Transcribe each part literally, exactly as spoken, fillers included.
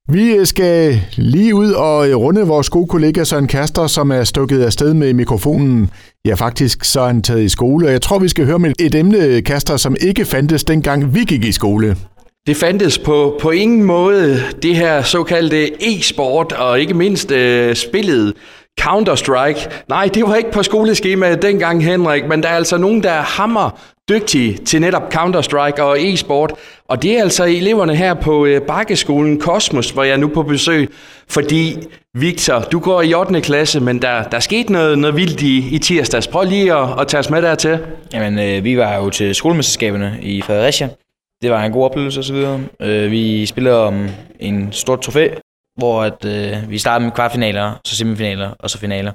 Vi skal lige ud og runde vores gode kollega Søren Kaster, som er stukket afsted med mikrofonen. Ja, faktisk så er han taget i skole, og jeg tror, vi skal høre med et emne, Kaster, som ikke fandtes dengang vi gik i skole. Det fandtes på, på ingen måde det her såkaldte e-sport, og ikke mindst øh, spillet Counter-Strike. Nej, det var ikke på skoleskemaet dengang, Henrik, men der er altså nogen, der er hammer dygtige til netop Counter-Strike og e-sport. Og det er altså eleverne her på øh, Bakkeskolen Kosmos, hvor jeg er nu på besøg. Fordi, Victor, du går i ottende klasse, men der, der skete noget, noget vildt i, i tirsdags. Prøv lige at, at tage os med dertil. Jamen, øh, vi var jo til skolemesterskaberne i Fredericia. Det var en god oplevelse osv. Øh, vi spillede om en stort trofæ, hvor at, øh, vi startede med kvartfinaler, så semifinaler og så finaler.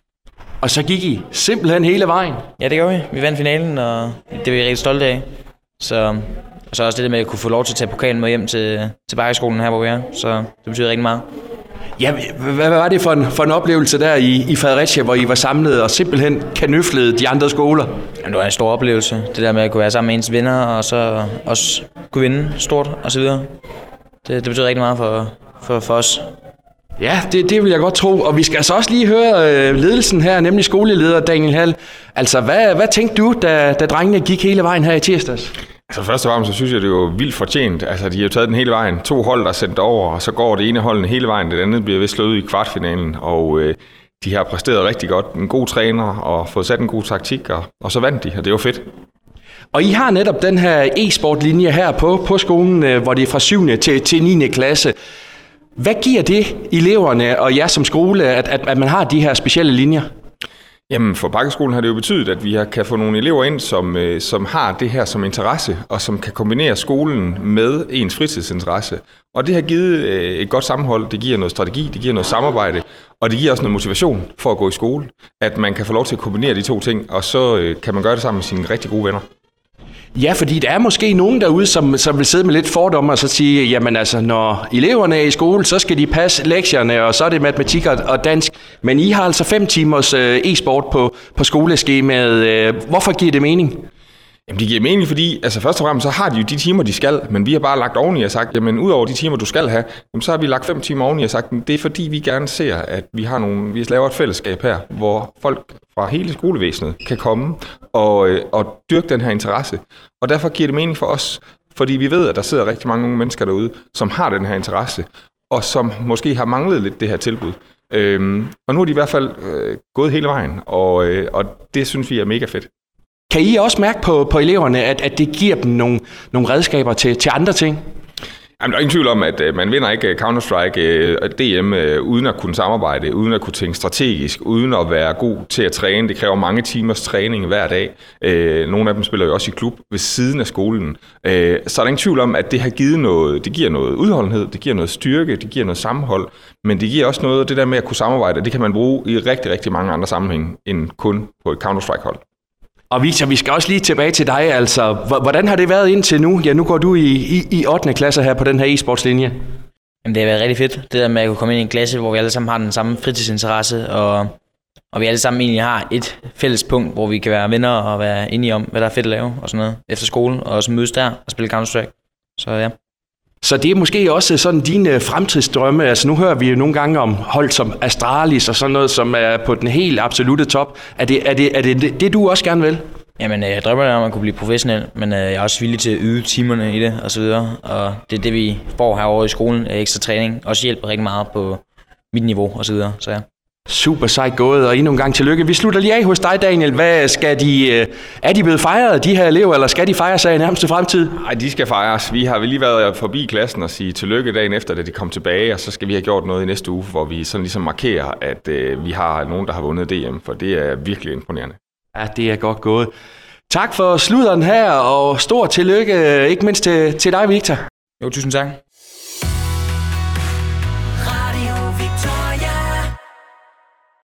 Og så gik I simpelthen hele vejen? Ja, det gjorde vi. Vi vandt finalen, og det var vi rigtig stolte af. Så, og så også det der med at kunne få lov til at tage pokalen med hjem til, til Bakkeskolen her, hvor vi er. Så det betyder rigtig meget. Ja, hvad var det for en, for en oplevelse der i, i Fredericia, hvor I var samlet og simpelthen kanøflede de andre skoler? Jamen, det var en stor oplevelse. Det der med at kunne være sammen med ens venner, og så også kunne vinde stort og så videre. Det, det betyder rigtig meget for, for, for os. Ja, det, det vil jeg godt tro. Og vi skal altså også lige høre øh, ledelsen her, nemlig skoleleder Daniel Hall. Altså, hvad, hvad tænkte du, da, da drengene gik hele vejen her i tirsdags? Altså først og fremmest, så synes jeg, det er jo vildt fortjent. Altså, de har jo taget den hele vejen. To hold, der er sendt over, og så går det ene hold hele vejen. Det andet bliver vist slået ud i kvartfinalen, og øh, de har præsteret rigtig godt. En god træner, og fået sat en god taktik, og, og så vandt de, og det var fedt. Og I har netop den her e-sport-linje her på, på skolen, hvor det er fra syvende til, til niende klasse. Hvad giver det eleverne og jer som skole, at, at, at man har de her specielle linjer? Jamen, for Bakkeskolen har det jo betydet, at vi kan få nogle elever ind, som, som har det her som interesse, og som kan kombinere skolen med ens fritidsinteresse. Og det har givet et godt sammenhold, det giver noget strategi, det giver noget samarbejde, og det giver også noget motivation for at gå i skole. At man kan få lov til at kombinere de to ting, og så kan man gøre det sammen med sine rigtig gode venner. Ja, fordi der er måske nogen derude, som, som vil sidde med lidt fordomme og så sige, jamen altså, når eleverne er i skole, så skal de passe lektierne, og så er det matematik og dansk. Men I har altså fem timers øh, e-sport på, på skoleskemaet. Hvorfor giver det mening? Jamen, det giver mening, fordi altså først og fremmest så har de jo de timer, de skal, men vi har bare lagt oveni og sagt, jamen udover de timer, du skal have, jamen, så har vi lagt fem timer oveni og sagt, det er fordi, vi gerne ser, at vi har nogle, vi laver et fællesskab her, hvor folk fra hele skolevæsenet kan komme og, og dyrke den her interesse. Og derfor giver det mening for os, fordi vi ved, at der sidder rigtig mange unge mennesker derude, som har den her interesse, og som måske har manglet lidt det her tilbud. Øhm, og nu er de i hvert fald øh, gået hele vejen, og, øh, og det synes vi er mega fedt. Kan I også mærke på, på eleverne, at, at det giver dem nogle, nogle redskaber til, til andre ting? Jamen, der er ingen tvivl om, at man vinder ikke Counter-Strike D M uden at kunne samarbejde, uden at kunne tænke strategisk, uden at være god til at træne. Det kræver mange timers træning hver dag. Nogle af dem spiller jo også i klub ved siden af skolen. Så er der ingen tvivl om, at det har givet noget, det giver noget udholdenhed, det giver noget styrke, det giver noget sammenhold, men det giver også noget, det der med at kunne samarbejde, det kan man bruge i rigtig, rigtig mange andre sammenhænge end kun på et Counter-Strike-hold. Og Victor, vi skal også lige tilbage til dig, altså. Hvordan har det været indtil nu? Ja, nu går du i, i, i ottende klasse her på den her e-sportslinje. Jamen, det har været rigtig fedt, det der med at kunne komme ind i en klasse, hvor vi alle sammen har den samme fritidsinteresse, og, og vi alle sammen egentlig har et fælles punkt, hvor vi kan være venner og være enige om, hvad der er fedt at lave og sådan noget efter skole, og også mødes der og spille Counter-Strike. Så ja. Så det er måske også sådan dine fremtidsdrømme. Altså nu hører vi jo nogle gange om hold som Astralis og sådan noget, som er på den helt absolute top. Er det er det, er det, det, det du også gerne vil? Jamen, jeg drømmer om at kunne blive professionel, men jeg er også villig til at yde timerne i det og så videre. Og det er det, vi får herovre i skolen, ekstra træning. Også hjælper rigtig meget på mit niveau og så videre. Så ja. Super sejt gået, og endnu en gang tillykke. Vi slutter lige af hos dig, Daniel. Hvad skal de, er de blevet fejret, de her elever, eller skal de fejre sig i nærmeste fremtid? Nej, de skal fejres. Vi har lige været forbi klassen og sige tillykke dagen efter, da de kom tilbage, og så skal vi have gjort noget i næste uge, hvor vi sådan ligesom markerer, at øh, vi har nogen, der har vundet D M, for det er virkelig imponerende. Ja, det er godt gået. Tak for sludderen her, og stor tillykke, ikke mindst til, til dig, Victor. Jo, tusind tak.